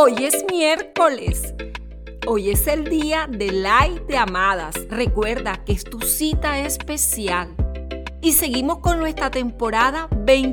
Hoy es miércoles. Hoy es el día de Light de Amadas. Recuerda que es tu cita especial. Y seguimos con nuestra temporada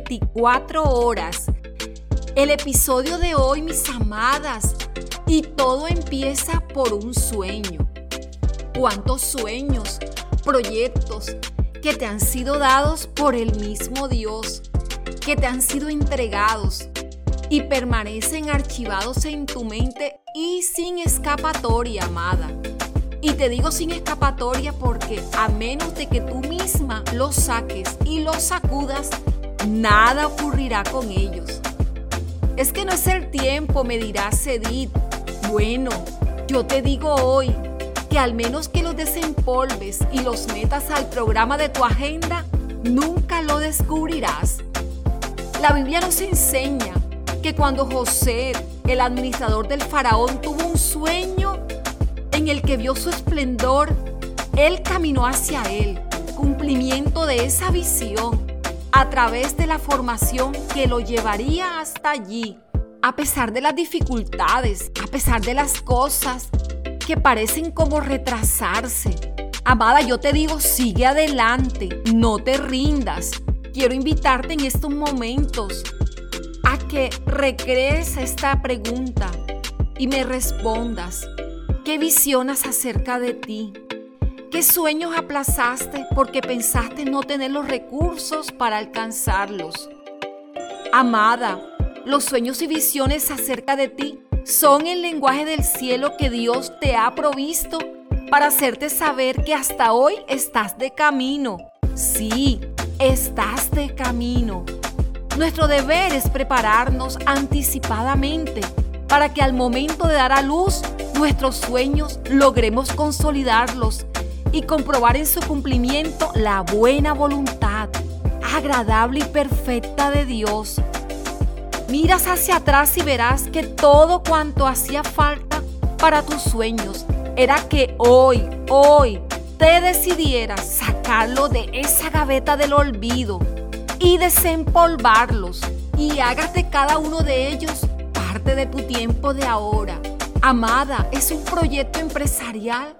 24 horas. El episodio de hoy, mis amadas, y todo empieza por un sueño. ¿Cuántos sueños, proyectos que te han sido dados por el mismo Dios, que te han sido entregados y permanecen archivados en tu mente y sin escapatoria, amada? Y te digo sin escapatoria porque a menos de que tú misma los saques y los sacudas, nada ocurrirá con ellos. Es que no es el tiempo, me dirás Edith. Bueno, yo te digo hoy que al menos que los desempolves y los metas al programa de tu agenda, nunca lo descubrirás. La Biblia nos enseña que cuando José, el administrador del faraón, tuvo un sueño en el que vio su esplendor, él caminó hacia él, cumplimiento de esa visión, a través de la formación que lo llevaría hasta allí, a pesar de las dificultades, a pesar de las cosas que parecen como retrasarse. Amada, yo te digo, sigue adelante, no te rindas. Quiero invitarte en estos momentos a que recrees esta pregunta y me respondas. ¿Qué visionas acerca de ti? ¿Qué sueños aplazaste porque pensaste no tener los recursos para alcanzarlos? Amada, los sueños y visiones acerca de ti son el lenguaje del cielo que Dios te ha provisto para hacerte saber que hasta hoy estás de camino. Sí, estás de camino. Nuestro deber es prepararnos anticipadamente para que al momento de dar a luz nuestros sueños logremos consolidarlos y comprobar en su cumplimiento la buena voluntad, agradable y perfecta de Dios. Miras hacia atrás y verás que todo cuanto hacía falta para tus sueños era que hoy te decidieras sacarlo de esa gaveta del olvido y desempolvarlos y hagas de cada uno de ellos parte de tu tiempo de ahora. Amada, es un proyecto empresarial,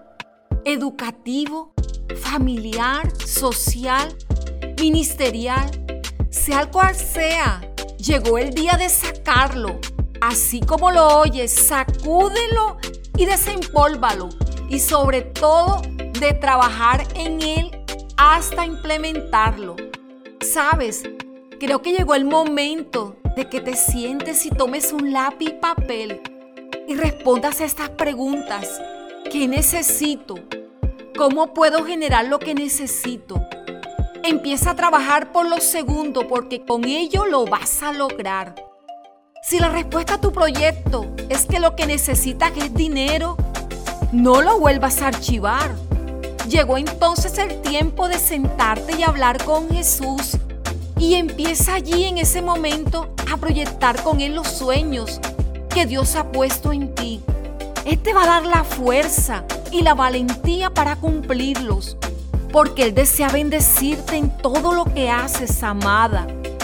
educativo, familiar, social, ministerial, sea el cual sea. Llegó el día de sacarlo, así como lo oyes, sacúdelo y desempólvalo. Y sobre todo, de trabajar en él hasta implementarlo. ¿Sabes? Creo que llegó el momento de que te sientes y tomes un lápiz y papel y respondas a estas preguntas. ¿Qué necesito? ¿Cómo puedo generar lo que necesito? Empieza a trabajar por lo segundo porque con ello lo vas a lograr. Si la respuesta a tu proyecto es que lo que necesitas es dinero, no lo vuelvas a archivar. Llegó entonces el tiempo de sentarte y hablar con Jesús y empieza allí en ese momento a proyectar con Él los sueños que Dios ha puesto en ti. Él te va a dar la fuerza y la valentía para cumplirlos, porque Él desea bendecirte en todo lo que haces, amada.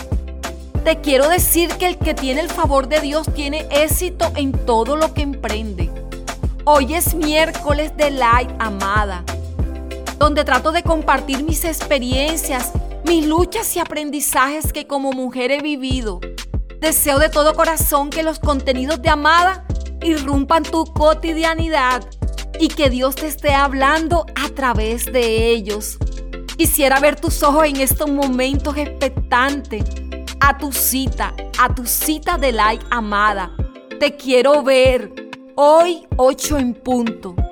Te quiero decir que el que tiene el favor de Dios tiene éxito en todo lo que emprende. Hoy es miércoles de Light, amada, donde trato de compartir mis experiencias, mis luchas y aprendizajes que como mujer he vivido. Deseo de todo corazón que los contenidos de Amada irrumpan tu cotidianidad y que Dios te esté hablando a través de ellos. Quisiera ver tus ojos en estos momentos expectantes a tu cita de Light, amada. Te quiero ver hoy 8 en punto.